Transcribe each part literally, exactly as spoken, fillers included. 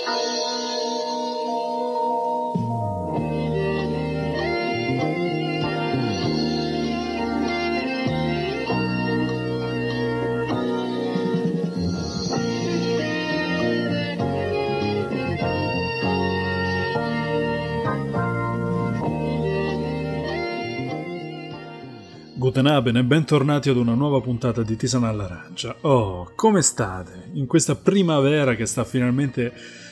Guten Abend e bentornati ad una nuova puntata di Tisana all'Arancia. Oh, come state? In questa primavera che sta finalmente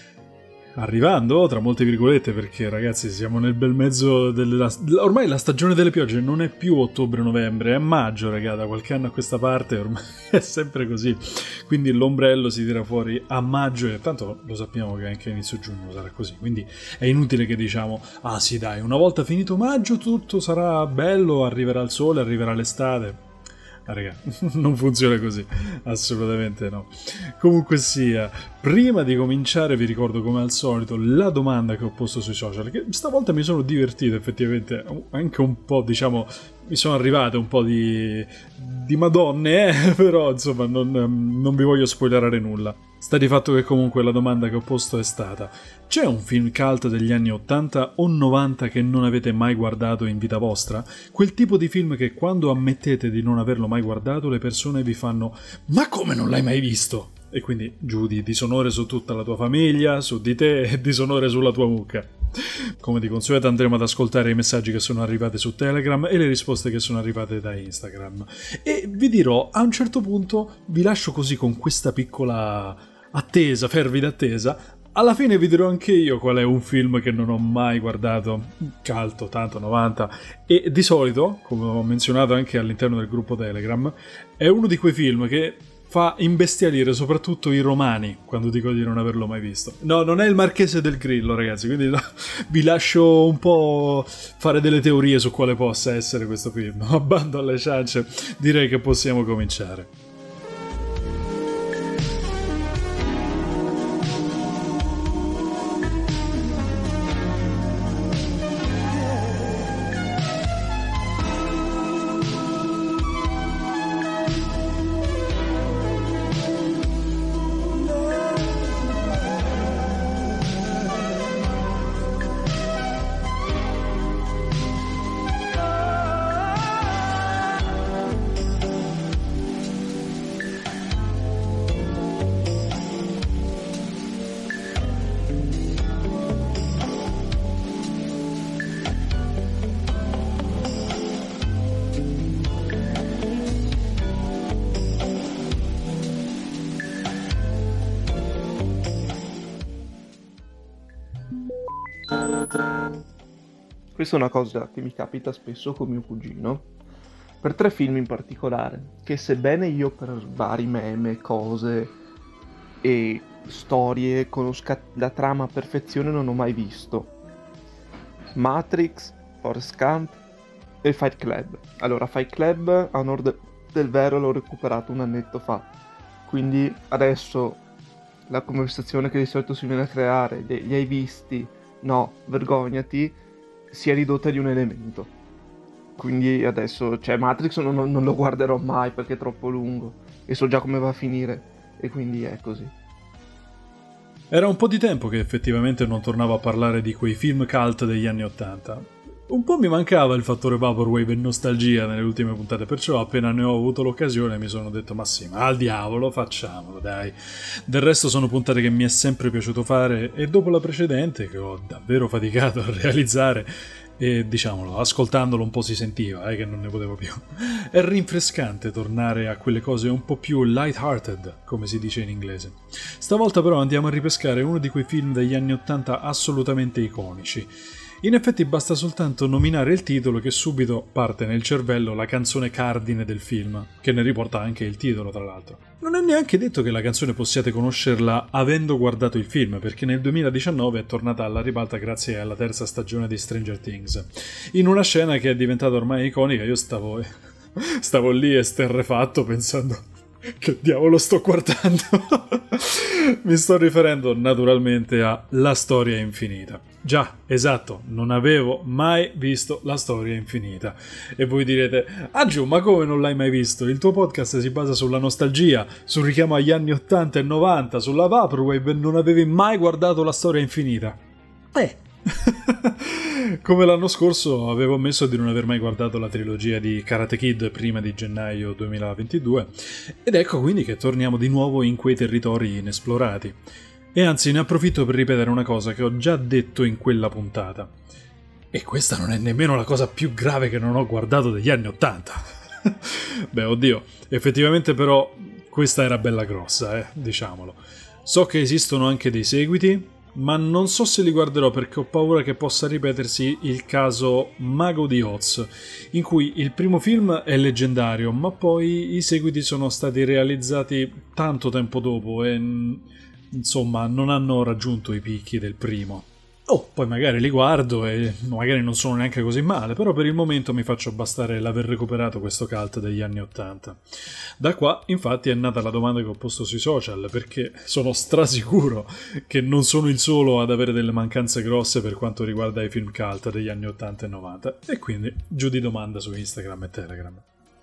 arrivando, tra molte virgolette, perché ragazzi siamo nel bel mezzo della... ormai la stagione delle piogge non è più ottobre-novembre, è maggio, raga, da qualche anno a questa parte ormai è sempre così. Quindi l'ombrello si tira fuori a maggio e tanto lo sappiamo che anche a inizio giugno sarà così, quindi è inutile che diciamo ah sì dai, una volta finito maggio tutto sarà bello, arriverà il sole, arriverà l'estate. Ah, raga, non funziona così, assolutamente no. Comunque sia, prima di cominciare vi ricordo come al solito la domanda che ho posto sui social, che stavolta mi sono divertito effettivamente, anche un po', diciamo, mi sono arrivate un po' di, di madonne, eh? Però insomma non, non vi voglio spoilerare nulla. Sta di fatto che comunque la domanda che ho posto è stata: c'è un film cult degli anni ottanta o novanta che non avete mai guardato in vita vostra? Quel tipo di film che quando ammettete di non averlo mai guardato le persone vi fanno «Ma come non l'hai mai visto?» E quindi giù di disonore su tutta la tua famiglia, su di te e disonore sulla tua mucca. Come di consueto andremo ad ascoltare i messaggi che sono arrivati su Telegram e le risposte che sono arrivate da Instagram. E vi dirò, a un certo punto vi lascio così con questa piccola attesa, fervida attesa. Alla fine vi dirò anche io qual è un film che non ho mai guardato, caldo, tanto novanta, e di solito, come ho menzionato anche all'interno del gruppo Telegram, è uno di quei film che fa imbestialire soprattutto i romani quando dico di non averlo mai visto. No, non è il Marchese del Grillo, ragazzi, quindi no, vi lascio un po' fare delle teorie su quale possa essere questo film. A bando alle ciance, direi che possiamo cominciare. Questa è una cosa che mi capita spesso con mio cugino, per tre film in particolare, che sebbene io per vari meme, cose e storie conosca la trama a perfezione, non ho mai visto Matrix, Forrest Gump e Fight Club. Allora, Fight Club a onor de- del vero l'ho recuperato un annetto fa, quindi adesso la conversazione che di solito si viene a creare, li hai visti? No, vergognati, si è ridotta di un elemento. Quindi adesso, cioè Matrix non, non lo guarderò mai perché è troppo lungo e so già come va a finire, e quindi è così. Era un po' di tempo che effettivamente non tornavo a parlare di quei film cult degli anni ottanta. Un po' mi mancava il fattore Vaporwave e nostalgia nelle ultime puntate, perciò appena ne ho avuto l'occasione mi sono detto ma sì, ma al diavolo, facciamolo, dai. Del resto sono puntate che mi è sempre piaciuto fare e dopo la precedente, che ho davvero faticato a realizzare, e diciamolo, ascoltandolo un po' si sentiva eh, che non ne potevo più. È rinfrescante tornare a quelle cose un po' più light-hearted, come si dice in inglese. Stavolta però andiamo a ripescare uno di quei film degli anni ottanta assolutamente iconici. In effetti basta soltanto nominare il titolo che subito parte nel cervello la canzone cardine del film, che ne riporta anche il titolo tra l'altro. Non è neanche detto che la canzone possiate conoscerla avendo guardato il film, perché nel duemiladiciannove è tornata alla ribalta grazie alla terza stagione di Stranger Things. In una scena che è diventata ormai iconica, io stavo, stavo lì esterrefatto pensando che diavolo sto guardando. Mi sto riferendo naturalmente a La storia infinita. Già, esatto, non avevo mai visto La Storia Infinita. E voi direte, ah giù, ma come non l'hai mai visto? Il tuo podcast si basa sulla nostalgia, sul richiamo agli anni ottanta e novanta, sulla Vaporwave e non avevi mai guardato La Storia Infinita. Eh... Come l'anno scorso avevo ammesso di non aver mai guardato la trilogia di Karate Kid prima di gennaio duemilaventidue, ed ecco quindi che torniamo di nuovo in quei territori inesplorati. E anzi ne approfitto per ripetere una cosa che ho già detto in quella puntata. E questa non è nemmeno la cosa più grave che non ho guardato degli anni ottanta. Beh, oddio, effettivamente però questa era bella grossa, eh, diciamolo. So che esistono anche dei seguiti, ma non so se li guarderò perché ho paura che possa ripetersi il caso Mago di Oz, in cui il primo film è leggendario, ma poi i seguiti sono stati realizzati tanto tempo dopo e insomma non hanno raggiunto i picchi del primo. Oh, poi magari li guardo e magari non sono neanche così male, però per il momento mi faccio bastare l'aver recuperato questo cult degli anni ottanta. Da qua, infatti, è nata la domanda che ho posto sui social, perché sono strasicuro che non sono il solo ad avere delle mancanze grosse per quanto riguarda i film cult degli anni ottanta e novanta, e quindi giù di domanda su Instagram e Telegram.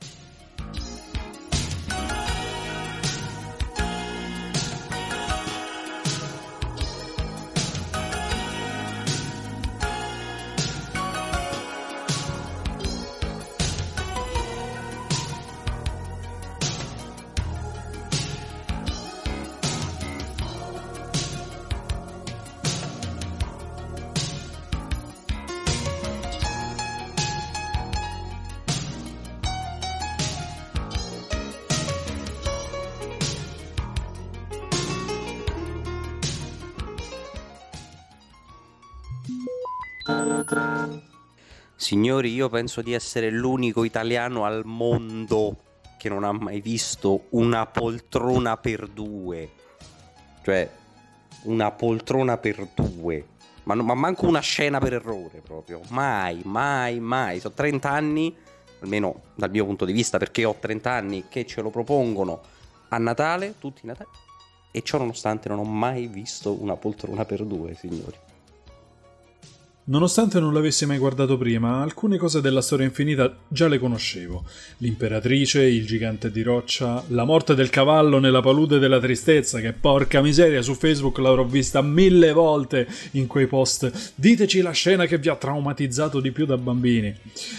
Signori, io penso di essere l'unico italiano al mondo che non ha mai visto una poltrona per due. Cioè, una poltrona per due. Ma, no, ma manco una scena per errore proprio. Mai, mai, mai. Sono trenta anni, almeno dal mio punto di vista, perché ho trenta anni, che ce lo propongono a Natale, tutti i Natali. E ciò nonostante non ho mai visto una poltrona per due, signori. Nonostante non l'avessi mai guardato prima, alcune cose della Storia Infinita già le conoscevo. L'imperatrice, il gigante di roccia, la morte del cavallo nella palude della tristezza, che porca miseria, su Facebook l'avrò vista mille volte in quei post. Diteci la scena che vi ha traumatizzato di più da bambini.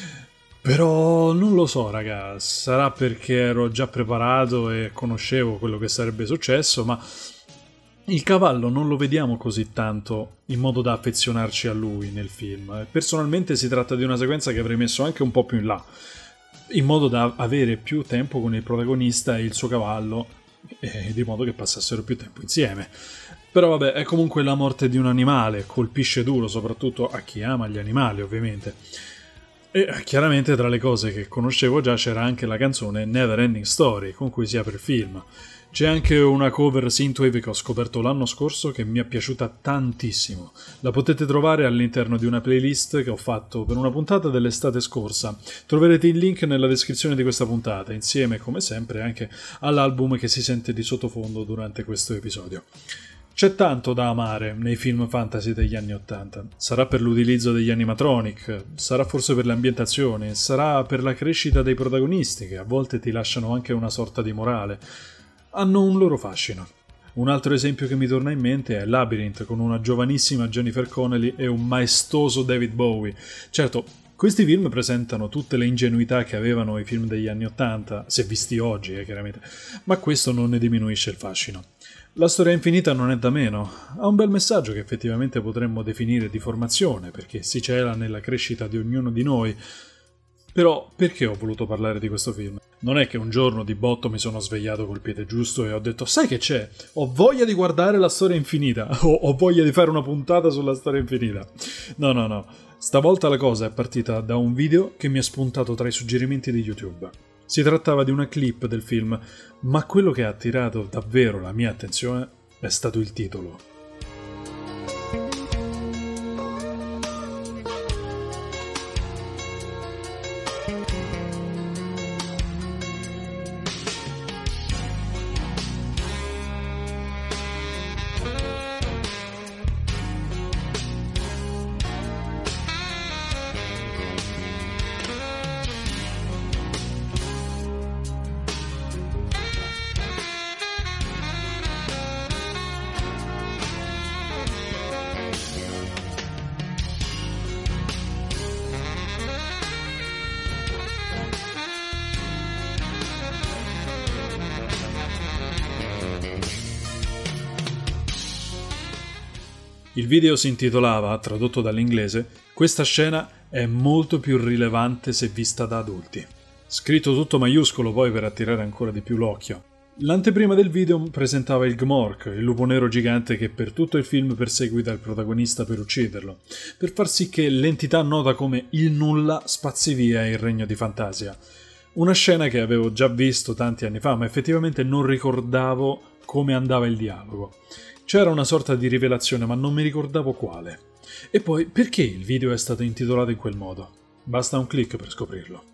Però non lo so, raga, sarà perché ero già preparato e conoscevo quello che sarebbe successo, ma il cavallo non lo vediamo così tanto in modo da affezionarci a lui nel film. Personalmente si tratta di una sequenza che avrei messo anche un po' più in là, in modo da avere più tempo con il protagonista e il suo cavallo, e di modo che passassero più tempo insieme. Però vabbè, è comunque la morte di un animale, colpisce duro soprattutto a chi ama gli animali, ovviamente. E chiaramente tra le cose che conoscevo già c'era anche la canzone Never Ending Story, con cui si apre il film. C'è anche una cover synthwave che ho scoperto l'anno scorso che mi è piaciuta tantissimo. La potete trovare all'interno di una playlist che ho fatto per una puntata dell'estate scorsa. Troverete il link nella descrizione di questa puntata, insieme come sempre anche all'album che si sente di sottofondo durante questo episodio. C'è tanto da amare nei film fantasy degli anni ottanta. Sarà per l'utilizzo degli animatronic, sarà forse per le ambientazioni, sarà per la crescita dei protagonisti che a volte ti lasciano anche una sorta di morale. Hanno un loro fascino. Un altro esempio che mi torna in mente è Labyrinth, con una giovanissima Jennifer Connelly e un maestoso David Bowie. Certo, questi film presentano tutte le ingenuità che avevano i film degli anni ottanta, se visti oggi, eh, chiaramente, ma questo non ne diminuisce il fascino. La Storia Infinita non è da meno, ha un bel messaggio che effettivamente potremmo definire di formazione, perché si cela nella crescita di ognuno di noi. Però perché ho voluto parlare di questo film? Non è che un giorno di botto mi sono svegliato col piede giusto e ho detto sai che c'è? Ho voglia di guardare La Storia Infinita o ho voglia di fare una puntata sulla Storia Infinita. No, no, no. Stavolta la cosa è partita da un video che mi ha spuntato tra i suggerimenti di YouTube. Si trattava di una clip del film, ma quello che ha attirato davvero la mia attenzione è stato il titolo. Il video si intitolava, tradotto dall'inglese, "Questa scena è molto più rilevante se vista da adulti". Scritto tutto maiuscolo poi per attirare ancora di più l'occhio. L'anteprima del video presentava il Gmork, il lupo nero gigante che per tutto il film perseguita il protagonista per ucciderlo, per far sì che l'entità nota come il nulla spazzi via il regno di Fantasia. Una scena che avevo già visto tanti anni fa, ma effettivamente non ricordavo come andava il dialogo. C'era una sorta di rivelazione, ma non mi ricordavo quale. E poi, perché il video è stato intitolato in quel modo? Basta un click per scoprirlo.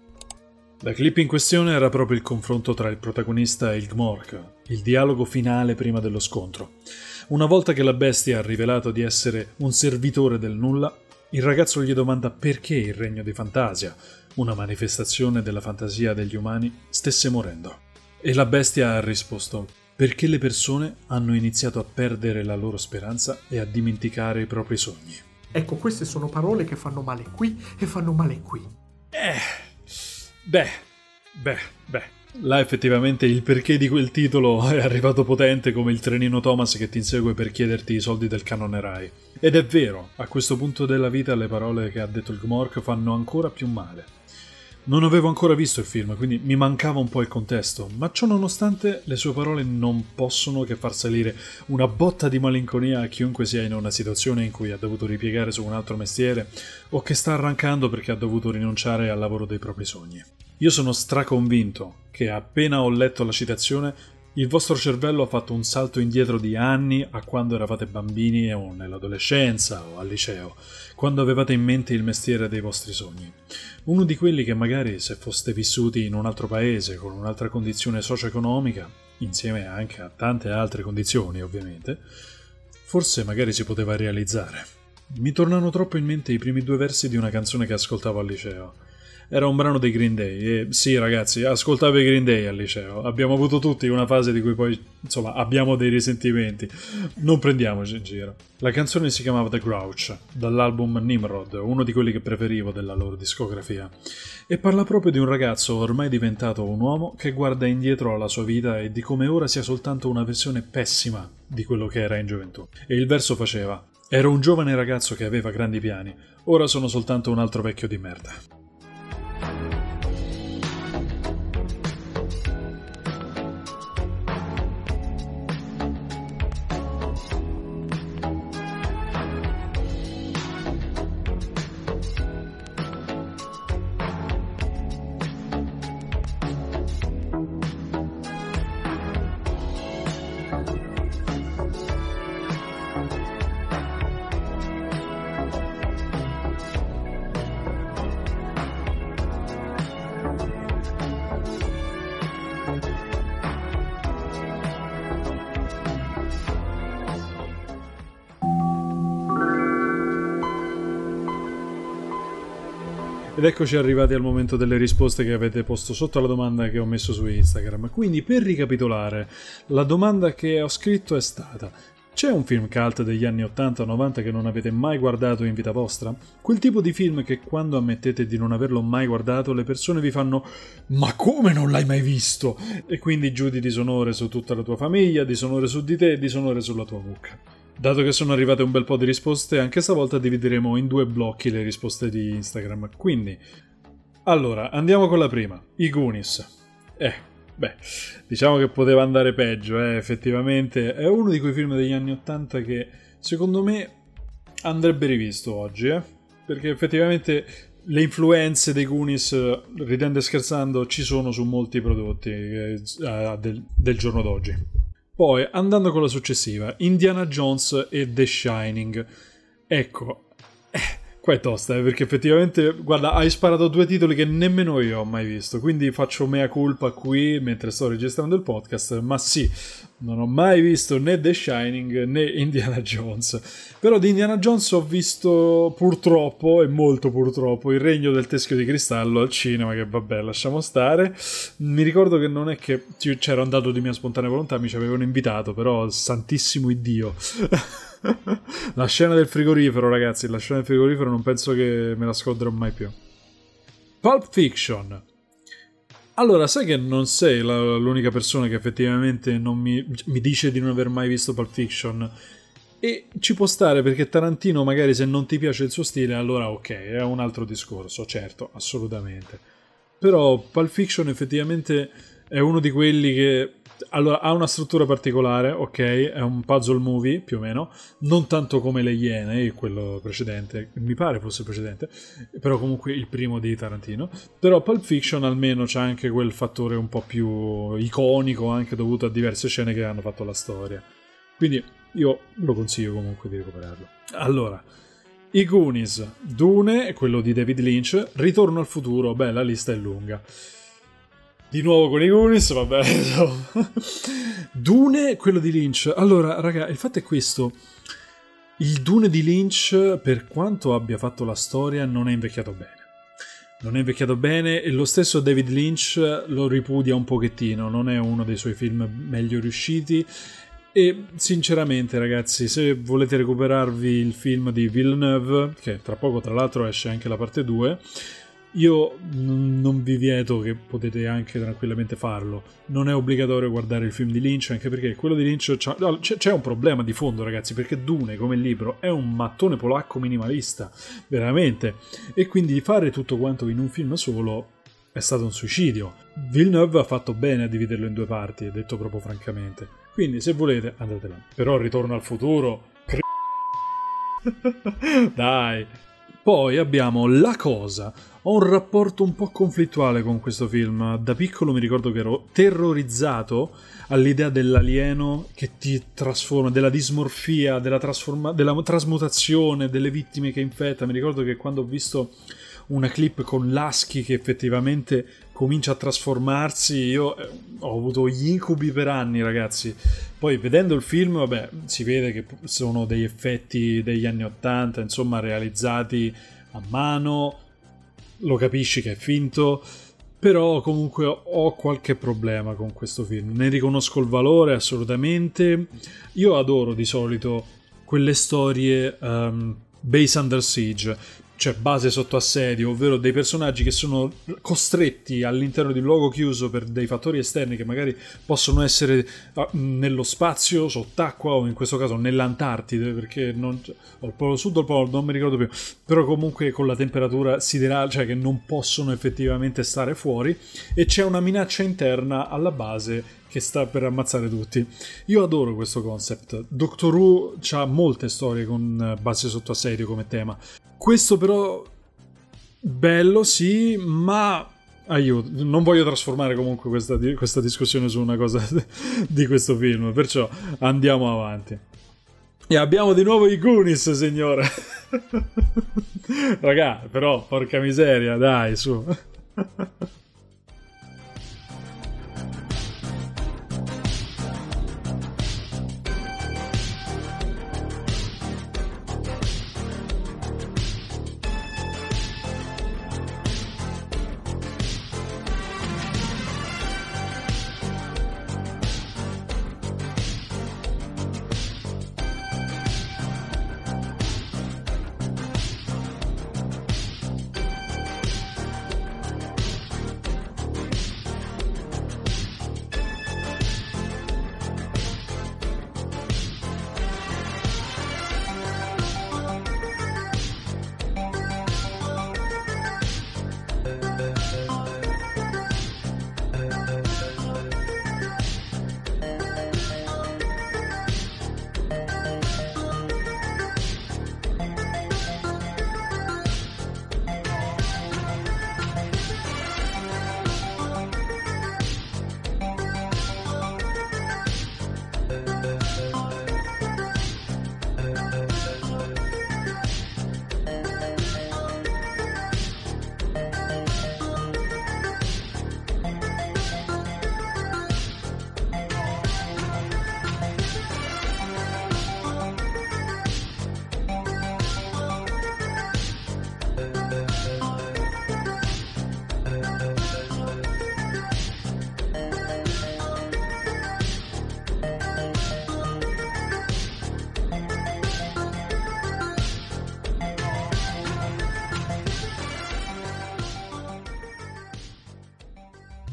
La clip in questione era proprio il confronto tra il protagonista e il Gmork, il dialogo finale prima dello scontro. Una volta che la bestia ha rivelato di essere un servitore del nulla, il ragazzo gli domanda perché il regno di Fantasia, una manifestazione della fantasia degli umani, stesse morendo. E la bestia ha risposto: perché le persone hanno iniziato a perdere la loro speranza e a dimenticare i propri sogni. Ecco, queste sono parole che fanno male qui e fanno male qui. Eh... Beh, beh, beh. Là effettivamente il perché di quel titolo è arrivato potente come il trenino Thomas che ti insegue per chiederti i soldi del canone Rai. Ed è vero, a questo punto della vita le parole che ha detto il Gmork fanno ancora più male. Non avevo ancora visto il film, quindi mi mancava un po' il contesto, ma ciò nonostante le sue parole non possono che far salire una botta di malinconia a chiunque sia in una situazione in cui ha dovuto ripiegare su un altro mestiere o che sta arrancando perché ha dovuto rinunciare al lavoro dei propri sogni. Io sono straconvinto che appena ho letto la citazione il vostro cervello ha fatto un salto indietro di anni a quando eravate bambini o nell'adolescenza o al liceo, quando avevate in mente il mestiere dei vostri sogni. Uno di quelli che magari se foste vissuti in un altro paese con un'altra condizione socio-economica, insieme anche a tante altre condizioni ovviamente, forse magari si poteva realizzare. Mi tornano troppo in mente i primi due versi di una canzone che ascoltavo al liceo. Era un brano dei Green Day e sì ragazzi, ascoltavo i Green Day al liceo, abbiamo avuto tutti una fase di cui poi insomma abbiamo dei risentimenti, non prendiamoci in giro. La canzone si chiamava The Grouch, dall'album Nimrod, uno di quelli che preferivo della loro discografia, e parla proprio di un ragazzo ormai diventato un uomo che guarda indietro alla sua vita e di come ora sia soltanto una versione pessima di quello che era in gioventù. E il verso faceva: ero un giovane ragazzo che aveva grandi piani, ora sono soltanto un altro vecchio di merda. Ed eccoci arrivati al momento delle risposte che avete posto sotto alla domanda che ho messo su Instagram. Quindi, per ricapitolare, la domanda che ho scritto è stata: c'è un film cult degli anni ottanta o novanta che non avete mai guardato in vita vostra? Quel tipo di film che quando ammettete di non averlo mai guardato le persone vi fanno "ma come non l'hai mai visto?" e quindi giù di disonore su tutta la tua famiglia, disonore su di te e disonore sulla tua mucca. Dato che sono arrivate un bel po' di risposte, anche stavolta divideremo in due blocchi le risposte di Instagram. Quindi, allora, andiamo con la prima, i Goonies. Eh, beh, diciamo che poteva andare peggio, eh, effettivamente. È uno di quei film degli anni ottanta che, secondo me, andrebbe rivisto oggi, eh, perché effettivamente le influenze dei Goonies, ridendo e scherzando, ci sono su molti prodotti eh, del, del giorno d'oggi. Poi, andando con la successiva, Indiana Jones e The Shining. Ecco, eh, qua è tosta, eh, perché effettivamente, guarda, hai sparato due titoli che nemmeno io ho mai visto, quindi faccio mea culpa qui mentre sto registrando il podcast, ma sì, non ho mai visto né The Shining né Indiana Jones. Però di Indiana Jones ho visto purtroppo, e molto purtroppo, Il Regno del Teschio di Cristallo al cinema, che vabbè, lasciamo stare. Mi ricordo che non è che c'era andato di mia spontanea volontà, mi ci avevano invitato, però santissimo Iddio. La scena del frigorifero, ragazzi, la scena del frigorifero non penso che me la scorderò mai più. Pulp Fiction. Allora, sai che non sei la, l'unica persona che effettivamente non mi, mi dice di non aver mai visto Pulp Fiction. E ci può stare, perché Tarantino magari se non ti piace il suo stile, allora ok, è un altro discorso, certo, assolutamente. Però Pulp Fiction effettivamente è uno di quelli che allora ha una struttura particolare, ok, è un puzzle movie più o meno, non tanto come Le Iene, quello precedente, mi pare fosse il precedente, però comunque il primo di Tarantino. Però Pulp Fiction almeno c'ha anche quel fattore un po' più iconico, anche dovuto a diverse scene che hanno fatto la storia. Quindi io lo consiglio comunque di recuperarlo. Allora, i Goonies, Dune, quello di David Lynch, Ritorno al futuro, beh, la lista è lunga. Di nuovo con i Goonies, vabbè. Dune, quello di Lynch. Allora, raga, il fatto è questo. Il Dune di Lynch, per quanto abbia fatto la storia, non è invecchiato bene. Non è invecchiato bene e lo stesso David Lynch lo ripudia un pochettino. Non è uno dei suoi film meglio riusciti. E sinceramente, ragazzi, se volete recuperarvi il film di Villeneuve, che tra poco tra l'altro esce anche la parte due, io non vi vieto che potete anche tranquillamente farlo. Non è obbligatorio guardare il film di Lynch, anche perché quello di Lynch c'ha, no, c'è un problema di fondo, ragazzi, perché Dune come libro è un mattone polacco minimalista, veramente, e quindi fare tutto quanto in un film solo è stato un suicidio. Villeneuve ha fatto bene a dividerlo in due parti, detto proprio francamente. Quindi se volete andate là. Però Ritorno al futuro, dai. Poi abbiamo La Cosa. Ho un rapporto un po' conflittuale con questo film. Da piccolo mi ricordo che ero terrorizzato all'idea dell'alieno che ti trasforma, della dismorfia, della, trasforma- della trasmutazione, delle vittime che infetta. Mi ricordo che quando ho visto una clip con Lasky che effettivamente comincia a trasformarsi, io ho avuto gli incubi per anni, ragazzi. Poi vedendo il film, vabbè, si vede che sono degli effetti degli anni ottanta, insomma, realizzati a mano, lo capisci che è finto, però comunque ho qualche problema con questo film. Ne riconosco il valore assolutamente. Io adoro di solito quelle storie um, Base Under Siege, cioè base sotto assedio, ovvero dei personaggi che sono costretti all'interno di un luogo chiuso per dei fattori esterni che magari possono essere nello spazio, sott'acqua o in questo caso nell'Antartide, perché non, o il polo sud o il polo, non mi ricordo più, però comunque con la temperatura siderale, cioè che non possono effettivamente stare fuori, e c'è una minaccia interna alla base che sta per ammazzare tutti. Io adoro questo concept. Doctor Who ha molte storie con base sotto assedio come tema. Questo però bello sì, ma aiuto, non voglio trasformare comunque questa, questa discussione su una cosa di questo film, perciò andiamo avanti. E abbiamo di nuovo i Goonies, signore. Raga, però porca miseria, dai, su.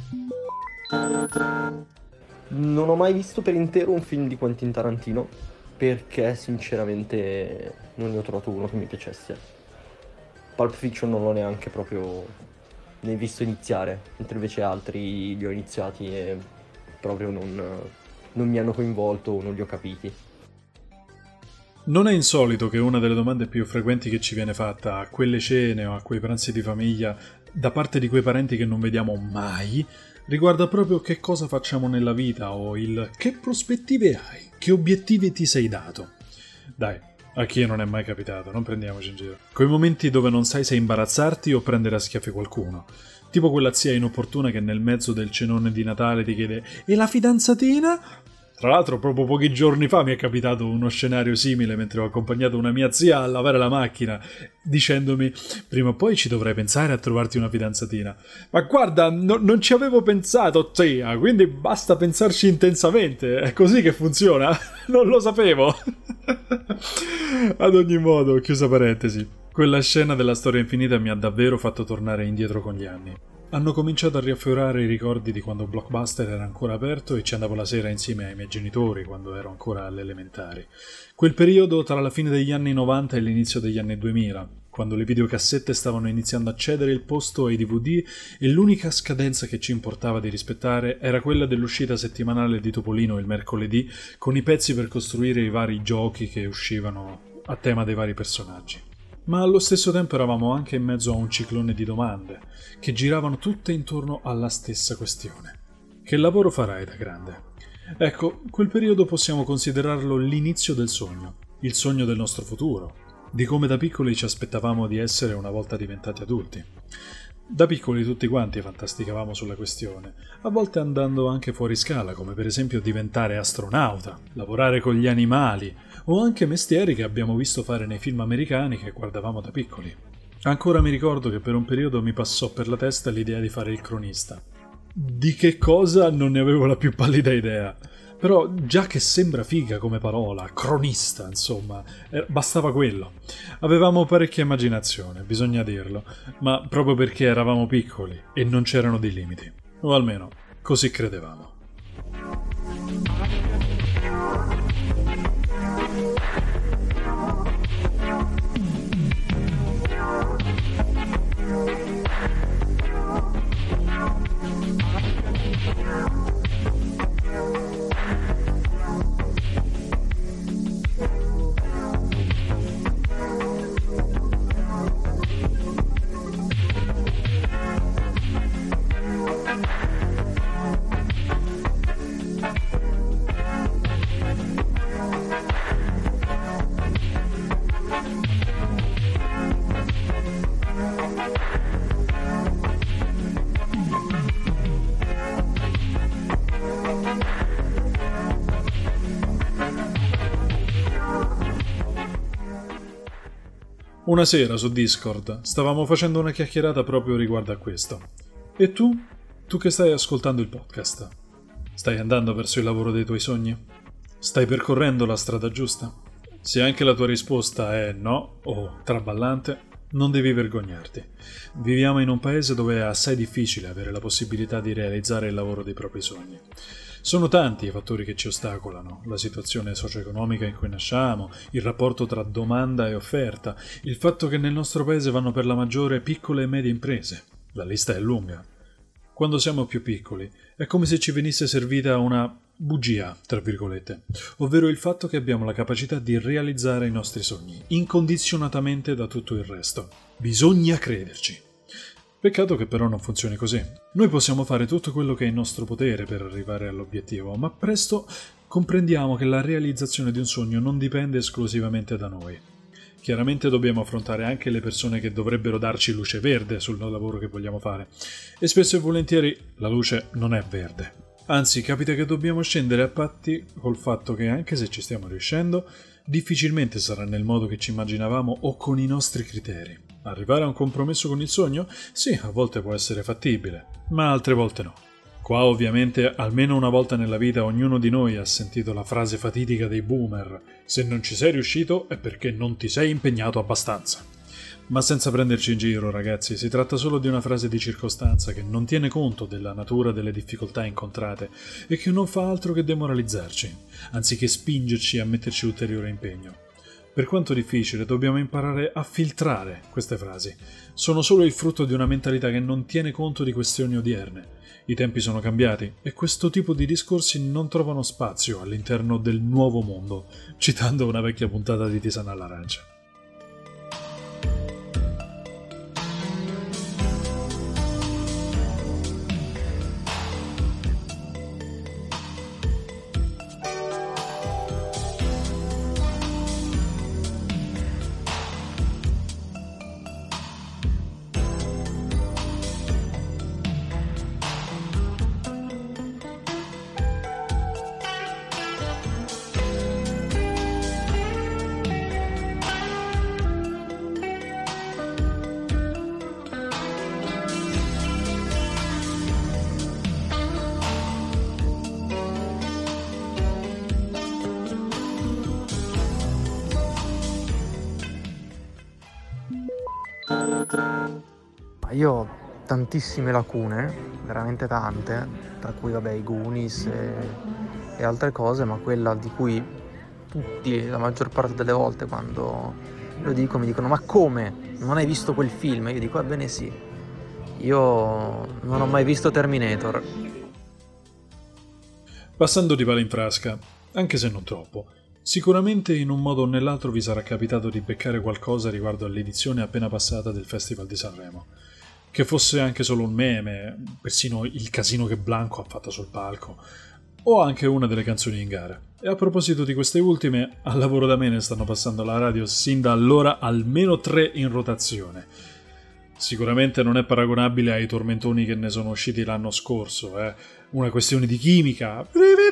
Non ho mai visto per intero un film di Quentin Tarantino, perché sinceramente non ne ho trovato uno che mi piacesse. Pulp Fiction non l'ho neanche proprio ne visto iniziare, mentre invece altri li ho iniziati e proprio non, non mi hanno coinvolto o non li ho capiti. Non è insolito che una delle domande più frequenti che ci viene fatta a quelle cene o a quei pranzi di famiglia da parte di quei parenti che non vediamo mai riguarda proprio che cosa facciamo nella vita o il che prospettive hai, che obiettivi ti sei dato. Dai, a chi non è mai capitato, non prendiamoci in giro. Quei momenti dove non sai se imbarazzarti o prendere a schiaffi qualcuno. Tipo quella zia inopportuna che nel mezzo del cenone di Natale ti chiede «E la fidanzatina?» Tra l'altro proprio pochi giorni fa mi è capitato uno scenario simile mentre ho accompagnato una mia zia a lavare la macchina dicendomi prima o poi ci dovrai pensare a trovarti una fidanzatina. Ma guarda, no, non ci avevo pensato zia, quindi basta pensarci intensamente, è così che funziona? Non lo sapevo. Ad ogni modo, chiusa parentesi, quella scena della storia infinita mi ha davvero fatto tornare indietro con gli anni. Hanno cominciato a riaffiorare i ricordi di quando Blockbuster era ancora aperto e ci andavo la sera insieme ai miei genitori quando ero ancora alle elementari. Quel periodo tra la fine degli anni novanta e l'inizio degli anni duemila, quando le videocassette stavano iniziando a cedere il posto ai D V D e l'unica scadenza che ci importava di rispettare era quella dell'uscita settimanale di Topolino il mercoledì con i pezzi per costruire i vari giochi che uscivano a tema dei vari personaggi. Ma allo stesso tempo eravamo anche in mezzo a un ciclone di domande che giravano tutte intorno alla stessa questione. Che lavoro farai da grande? Ecco, quel periodo possiamo considerarlo l'inizio del sogno, il sogno del nostro futuro, di come da piccoli ci aspettavamo di essere una volta diventati adulti. Da piccoli tutti quanti fantasticavamo sulla questione, a volte andando anche fuori scala, come per esempio diventare astronauta, lavorare con gli animali, o anche mestieri che abbiamo visto fare nei film americani che guardavamo da piccoli. Ancora mi ricordo che per un periodo mi passò per la testa l'idea di fare il cronista. Di che cosa non ne avevo la più pallida idea. Però già che sembra figa come parola, cronista, insomma, eh, bastava quello. Avevamo parecchia immaginazione, bisogna dirlo, ma proprio perché eravamo piccoli e non c'erano dei limiti. O almeno, così credevamo. Una sera su Discord stavamo facendo una chiacchierata proprio riguardo a questo. E tu? Tu che stai ascoltando il podcast? Stai andando verso il lavoro dei tuoi sogni? Stai percorrendo la strada giusta? Se anche la tua risposta è no o traballante, non devi vergognarti. Viviamo in un paese dove è assai difficile avere la possibilità di realizzare il lavoro dei propri sogni. Sono tanti i fattori che ci ostacolano, la situazione socio-economica in cui nasciamo, il rapporto tra domanda e offerta, il fatto che nel nostro paese vanno per la maggiore piccole e medie imprese. La lista è lunga. Quando siamo più piccoli, è come se ci venisse servita una bugia, tra virgolette, ovvero il fatto che abbiamo la capacità di realizzare i nostri sogni, incondizionatamente da tutto il resto. Bisogna crederci. Peccato che però non funzioni così. Noi possiamo fare tutto quello che è in nostro potere per arrivare all'obiettivo, ma presto comprendiamo che la realizzazione di un sogno non dipende esclusivamente da noi. Chiaramente dobbiamo affrontare anche le persone che dovrebbero darci luce verde sul lavoro che vogliamo fare, e spesso e volentieri la luce non è verde. Anzi, capita che dobbiamo scendere a patti col fatto che anche se ci stiamo riuscendo, difficilmente sarà nel modo che ci immaginavamo o con i nostri criteri. Arrivare a un compromesso con il sogno? Sì, a volte può essere fattibile, ma altre volte no. Qua ovviamente almeno una volta nella vita ognuno di noi ha sentito la frase fatidica dei boomer: se non ci sei riuscito è perché non ti sei impegnato abbastanza. Ma senza prenderci in giro, ragazzi, si tratta solo di una frase di circostanza che non tiene conto della natura delle difficoltà incontrate e che non fa altro che demoralizzarci, anziché spingerci a metterci ulteriore impegno. Per quanto difficile, dobbiamo imparare a filtrare queste frasi. Sono solo il frutto di una mentalità che non tiene conto di questioni odierne. I tempi sono cambiati e questo tipo di discorsi non trovano spazio all'interno del nuovo mondo, citando una vecchia puntata di Tisana all'arancia. Ma io ho tantissime lacune, veramente tante, tra cui vabbè i Goonies e, e altre cose, ma quella di cui tutti, la maggior parte delle volte quando lo dico mi dicono: ma come? Non hai visto quel film? E io dico: ebbene sì, io non ho mai visto Terminator. Passando di palo in frasca, anche se non troppo, sicuramente in un modo o nell'altro vi sarà capitato di beccare qualcosa riguardo all'edizione appena passata del Festival di Sanremo. Che fosse anche solo un meme, persino il casino che Blanco ha fatto sul palco, o anche una delle canzoni in gara. E a proposito di queste ultime, al lavoro da me ne stanno passando alla radio sin da allora almeno tre in rotazione. Sicuramente non è paragonabile ai tormentoni che ne sono usciti l'anno scorso, eh. Una questione di chimica,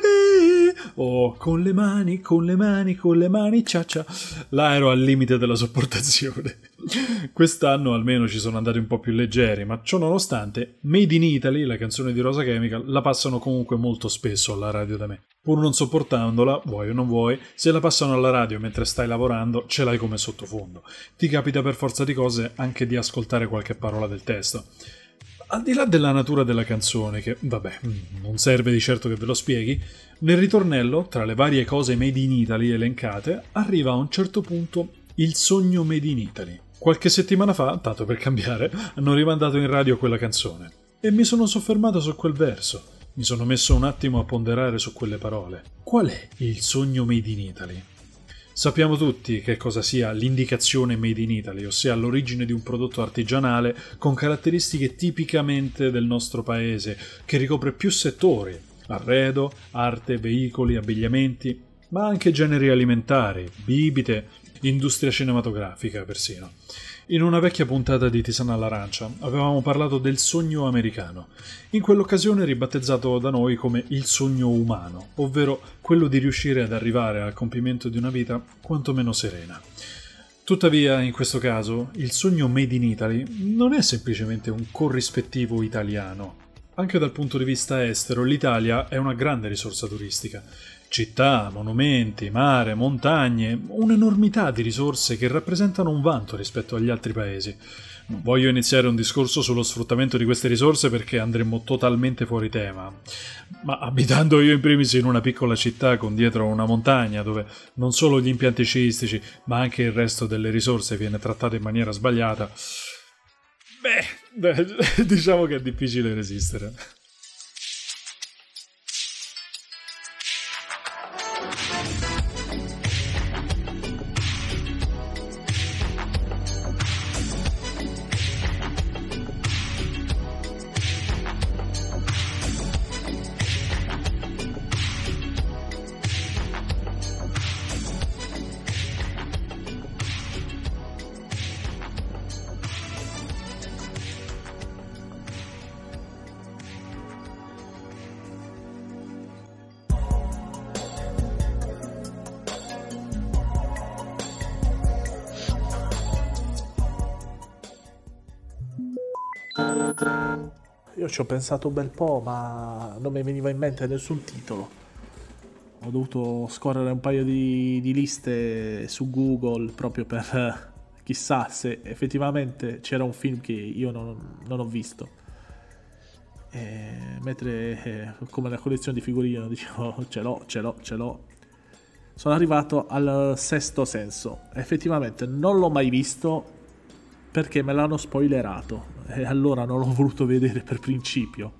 o con le mani, con le mani, con le mani, cia cia. Là ero al limite della sopportazione. Quest'anno almeno ci sono andati un po' più leggeri, ma ciò nonostante Made in Italy, la canzone di Rosa Chemical, la passano comunque molto spesso alla radio da me. Pur non sopportandola, vuoi o non vuoi, se la passano alla radio mentre stai lavorando, ce l'hai come sottofondo. Ti capita per forza di cose anche di ascoltare qualche parola del testo. Al di là della natura della canzone, che vabbè, non serve di certo che ve lo spieghi, nel ritornello, tra le varie cose Made in Italy elencate, arriva a un certo punto il sogno Made in Italy. Qualche settimana fa, tanto per cambiare, hanno rimandato in radio quella canzone e mi sono soffermato su quel verso. Mi sono messo un attimo a ponderare su quelle parole. Qual è il sogno Made in Italy? Sappiamo tutti che cosa sia l'indicazione Made in Italy, ossia l'origine di un prodotto artigianale con caratteristiche tipicamente del nostro paese, che ricopre più settori: arredo, arte, veicoli, abbigliamenti, ma anche generi alimentari, bibite, industria cinematografica persino. In una vecchia puntata di Tisana all'arancia avevamo parlato del sogno americano, in quell'occasione ribattezzato da noi come il sogno umano, ovvero quello di riuscire ad arrivare al compimento di una vita quantomeno serena. Tuttavia, in questo caso, il sogno Made in Italy non è semplicemente un corrispettivo italiano. Anche dal punto di vista estero, l'Italia è una grande risorsa turistica. Città, monumenti, mare, montagne, un'enormità di risorse che rappresentano un vanto rispetto agli altri paesi. Non voglio iniziare un discorso sullo sfruttamento di queste risorse perché andremmo totalmente fuori tema, ma abitando io in primis in una piccola città con dietro una montagna dove non solo gli impianti sciistici ma anche il resto delle risorse viene trattato in maniera sbagliata, beh, diciamo che è difficile resistere. Io ci ho pensato un bel po', ma non mi veniva in mente nessun titolo. Ho dovuto scorrere un paio di, di liste su Google proprio per chissà se effettivamente c'era un film che io non, non ho visto. E mentre eh, come la collezione di figurine dicevo ce l'ho, ce l'ho, ce l'ho, sono arrivato al Sesto Senso. Effettivamente non l'ho mai visto perché me l'hanno spoilerato e allora non l'ho voluto vedere per principio.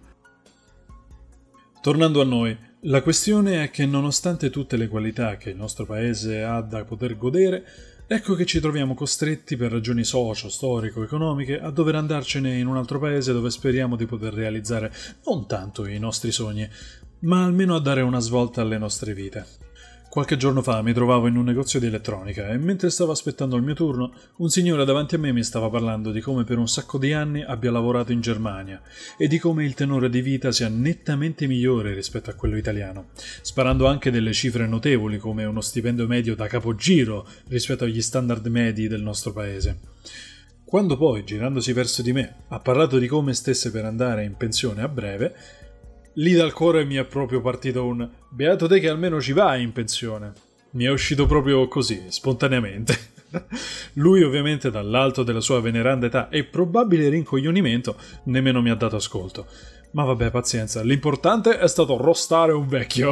Tornando a noi, la questione è che nonostante tutte le qualità che il nostro paese ha da poter godere, ecco che ci troviamo costretti per ragioni socio, storico, economiche a dover andarcene in un altro paese dove speriamo di poter realizzare non tanto i nostri sogni, ma almeno a dare una svolta alle nostre vite. Qualche giorno fa mi trovavo in un negozio di elettronica e mentre stavo aspettando il mio turno, un signore davanti a me mi stava parlando di come per un sacco di anni abbia lavorato in Germania e di come il tenore di vita sia nettamente migliore rispetto a quello italiano, sparando anche delle cifre notevoli come uno stipendio medio da capogiro rispetto agli standard medi del nostro paese. Quando poi, girandosi verso di me, ha parlato di come stesse per andare in pensione a breve, lì dal cuore mi è proprio partito un beato te che almeno ci vai in pensione. Mi è uscito proprio così, spontaneamente. Lui ovviamente dall'alto della sua veneranda età e probabile rincoglionimento nemmeno mi ha dato ascolto. Ma vabbè, pazienza, l'importante è stato rostare un vecchio.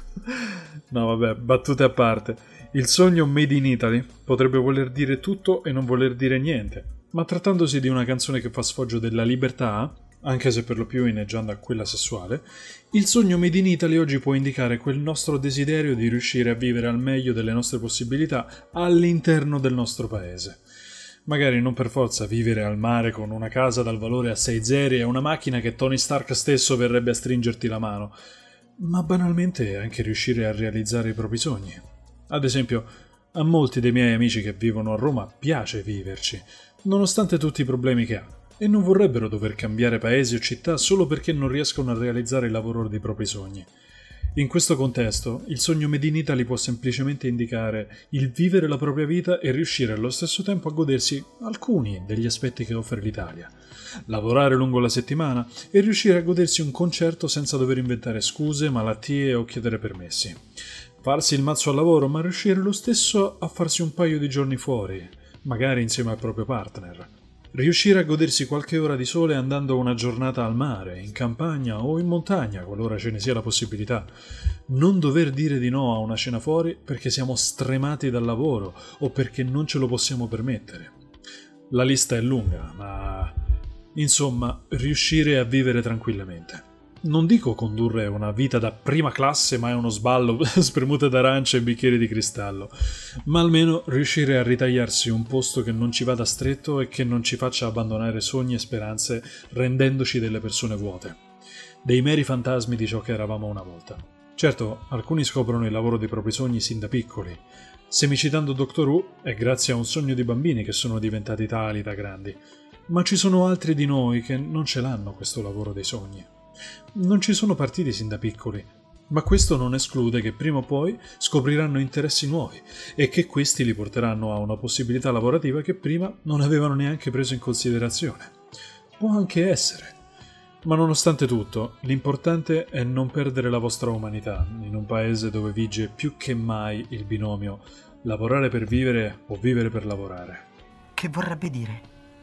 No vabbè, battute a parte. Il sogno Made in Italy potrebbe voler dire tutto e non voler dire niente. Ma trattandosi di una canzone che fa sfoggio della libertà, anche se per lo più inneggiando a quella sessuale, il sogno Made in Italy oggi può indicare quel nostro desiderio di riuscire a vivere al meglio delle nostre possibilità all'interno del nostro paese. Magari non per forza vivere al mare con una casa dal valore a sei zeri e una macchina che Tony Stark stesso verrebbe a stringerti la mano, ma banalmente anche riuscire a realizzare i propri sogni. Ad esempio, a molti dei miei amici che vivono a Roma piace viverci, nonostante tutti i problemi che ha. E non vorrebbero dover cambiare paesi o città solo perché non riescono a realizzare il lavoro dei propri sogni. In questo contesto, il sogno Made in Italy può semplicemente indicare il vivere la propria vita e riuscire allo stesso tempo a godersi alcuni degli aspetti che offre l'Italia. Lavorare lungo la settimana e riuscire a godersi un concerto senza dover inventare scuse, malattie o chiedere permessi. Farsi il mazzo al lavoro, ma riuscire lo stesso a farsi un paio di giorni fuori, magari insieme al proprio partner. Riuscire a godersi qualche ora di sole andando una giornata al mare, in campagna o in montagna, qualora ce ne sia la possibilità. Non dover dire di no a una cena fuori perché siamo stremati dal lavoro o perché non ce lo possiamo permettere. La lista è lunga, ma insomma, riuscire a vivere tranquillamente. Non dico condurre una vita da prima classe, ma è uno sballo, spremute d'arancia e bicchieri di cristallo, ma almeno riuscire a ritagliarsi un posto che non ci vada stretto e che non ci faccia abbandonare sogni e speranze rendendoci delle persone vuote, dei meri fantasmi di ciò che eravamo una volta. Certo, alcuni scoprono il lavoro dei propri sogni sin da piccoli. Semicitando Doctor Who, è grazie a un sogno di bambini che sono diventati tali da grandi, ma ci sono altri di noi che non ce l'hanno questo lavoro dei sogni. Non ci sono partiti sin da piccoli, ma questo non esclude che prima o poi scopriranno interessi nuovi e che questi li porteranno a una possibilità lavorativa che prima non avevano neanche preso in considerazione. Può anche essere. Ma nonostante tutto, l'importante è non perdere la vostra umanità in un paese dove vige più che mai il binomio lavorare per vivere o vivere per lavorare. Che vorrebbe dire?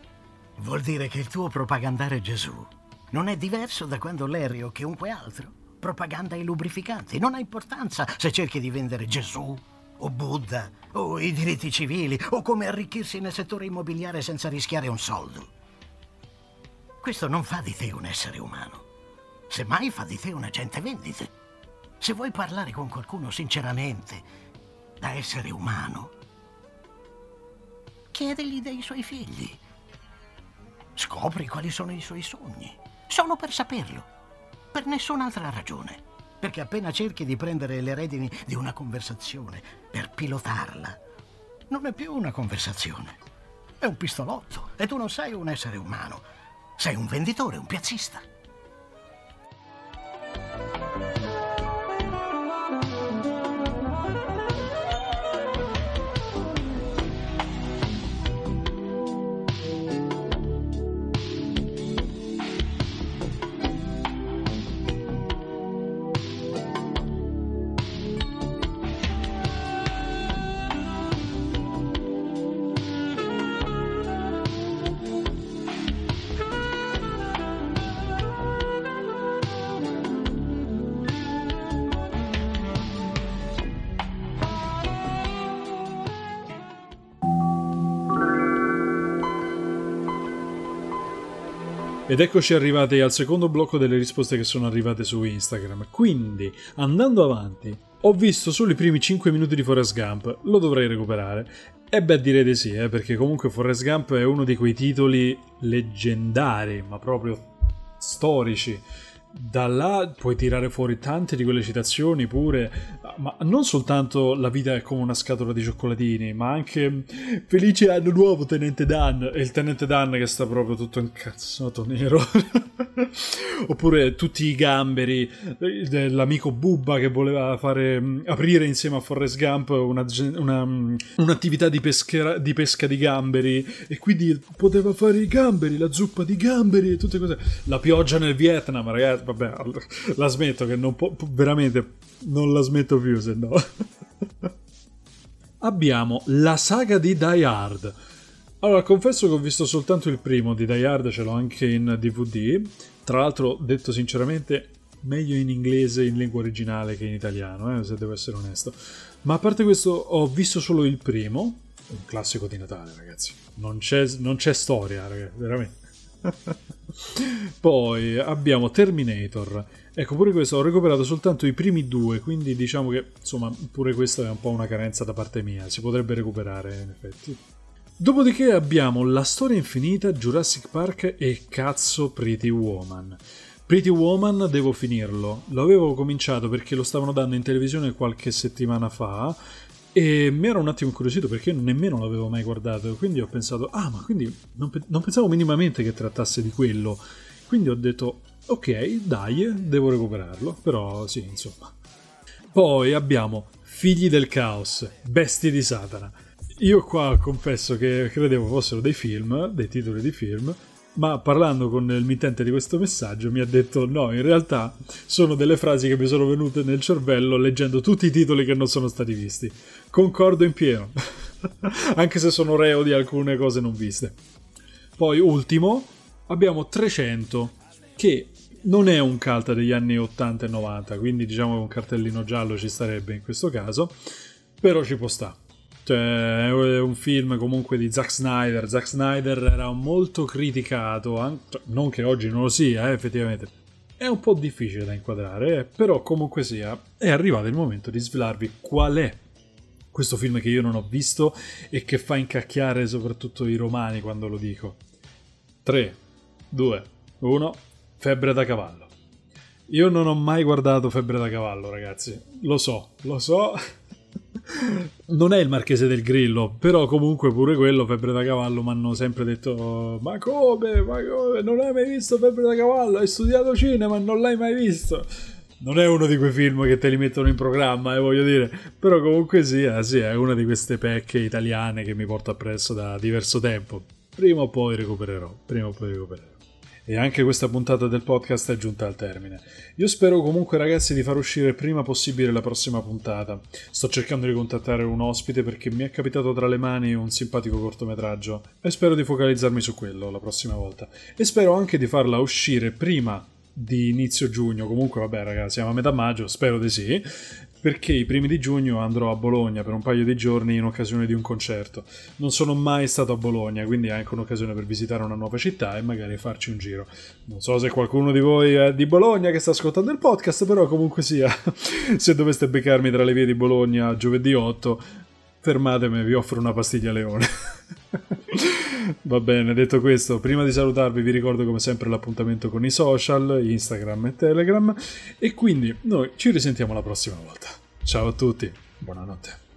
Vuol dire che il tuo propagandare Gesù non è diverso da quando Larry o chiunque altro propaganda i lubrificanti. Non ha importanza se cerchi di vendere Gesù o Buddha o i diritti civili o come arricchirsi nel settore immobiliare senza rischiare un soldo. Questo non fa di te un essere umano. Semmai fa di te un agente vendite. Se vuoi parlare con qualcuno sinceramente, da essere umano, chiedigli dei suoi figli. Scopri quali sono i suoi sogni. Solo per saperlo, per nessun'altra ragione, perché appena cerchi di prendere le redini di una conversazione per pilotarla, non è più una conversazione, è un pistolotto e tu non sei un essere umano, sei un venditore, un piazzista. Ed eccoci arrivati al secondo blocco delle risposte che sono arrivate su Instagram. Quindi, andando avanti, ho visto solo i primi cinque minuti di Forrest Gump, lo dovrei recuperare. E beh, direi di sì, eh, perché comunque Forrest Gump è uno di quei titoli leggendari, ma proprio storici. Da là puoi tirare fuori tante di quelle citazioni pure, ma non soltanto la vita è come una scatola di cioccolatini, ma anche felice anno nuovo Tenente Dan, e il Tenente Dan che sta proprio tutto incazzato nero. Oppure tutti i gamberi dell'amico Bubba che voleva fare aprire insieme a Forrest Gump una, una, un'attività di, peschera, di pesca di gamberi, e quindi poteva fare i gamberi, la zuppa di gamberi e tutte cose. La pioggia nel Vietnam, ragazzi. Vabbè, la smetto che non può, veramente non la smetto più, se no. Abbiamo la saga di Die Hard. Allora, confesso che ho visto soltanto il primo di Die Hard, ce l'ho anche in D V D. Tra l'altro, detto sinceramente, meglio in inglese in lingua originale che in italiano, eh, se devo essere onesto. Ma a parte questo, ho visto solo il primo, un classico di Natale, ragazzi. Non c'è, non c'è storia, ragazzi, veramente. Poi abbiamo Terminator. Ecco, pure questo ho recuperato soltanto i primi due, quindi diciamo che insomma pure questa è un po' una carenza da parte mia, si potrebbe recuperare in effetti. Dopodiché abbiamo La storia infinita, Jurassic Park e cazzo Pretty Woman. Pretty Woman devo finirlo, l'avevo cominciato perché lo stavano dando in televisione qualche settimana fa e mi ero un attimo incuriosito perché io nemmeno l'avevo mai guardato, quindi ho pensato, ah ma quindi non, pe- non pensavo minimamente che trattasse di quello, quindi ho detto ok dai, devo recuperarlo, però sì, insomma. Poi abbiamo Figli del Caos, Bestie di Satana. Io qua confesso che credevo fossero dei film, dei titoli di film, ma parlando con il mittente di questo messaggio mi ha detto no, in realtà sono delle frasi che mi sono venute nel cervello leggendo tutti i titoli che non sono stati visti. Concordo in pieno, anche se sono reo di alcune cose non viste. Poi ultimo abbiamo trecento, che non è un cult degli anni ottanta e novanta, quindi diciamo che un cartellino giallo ci starebbe in questo caso, però ci può sta. Cioè, è un film comunque di Zack Snyder. Zack Snyder era molto criticato, anche, non che oggi non lo sia, eh, effettivamente. È un po' difficile da inquadrare, eh, però comunque sia, è arrivato il momento di svelarvi qual è questo film che io non ho visto e che fa incacchiare soprattutto i romani quando lo dico. tre, due, uno, Febbre da cavallo. Io non ho mai guardato Febbre da cavallo, ragazzi. Lo so, lo so... Non è il Marchese del Grillo, però comunque pure quello, Febbre da cavallo, mi hanno sempre detto ma come, ma come, non hai mai visto Febbre da cavallo, hai studiato cinema e non l'hai mai visto. Non è uno di quei film che te li mettono in programma, eh, voglio dire, però comunque sia, sì, è una di queste pecche italiane che mi porto appresso da diverso tempo. Prima o poi recupererò, prima o poi recupererò. E anche questa puntata del podcast è giunta al termine. Io spero comunque, ragazzi, di far uscire il prima possibile la prossima puntata. Sto cercando di contattare un ospite perché mi è capitato tra le mani un simpatico cortometraggio e spero di focalizzarmi su quello la prossima volta. E spero anche di farla uscire prima di inizio giugno. Comunque vabbè, ragazzi, siamo a metà maggio, spero di sì, perché i primi di giugno andrò a Bologna per un paio di giorni in occasione di un concerto. Non sono mai stato a Bologna, quindi è anche un'occasione per visitare una nuova città e magari farci un giro. Non so se qualcuno di voi è di Bologna che sta ascoltando il podcast, però comunque sia, se doveste beccarmi tra le vie di Bologna giovedì otto, fermatemi, vi offro una pastiglia leone. Va bene, detto questo, prima di salutarvi vi ricordo come sempre l'appuntamento con i social, Instagram e Telegram, e quindi noi ci risentiamo la prossima volta. Ciao a tutti, buonanotte.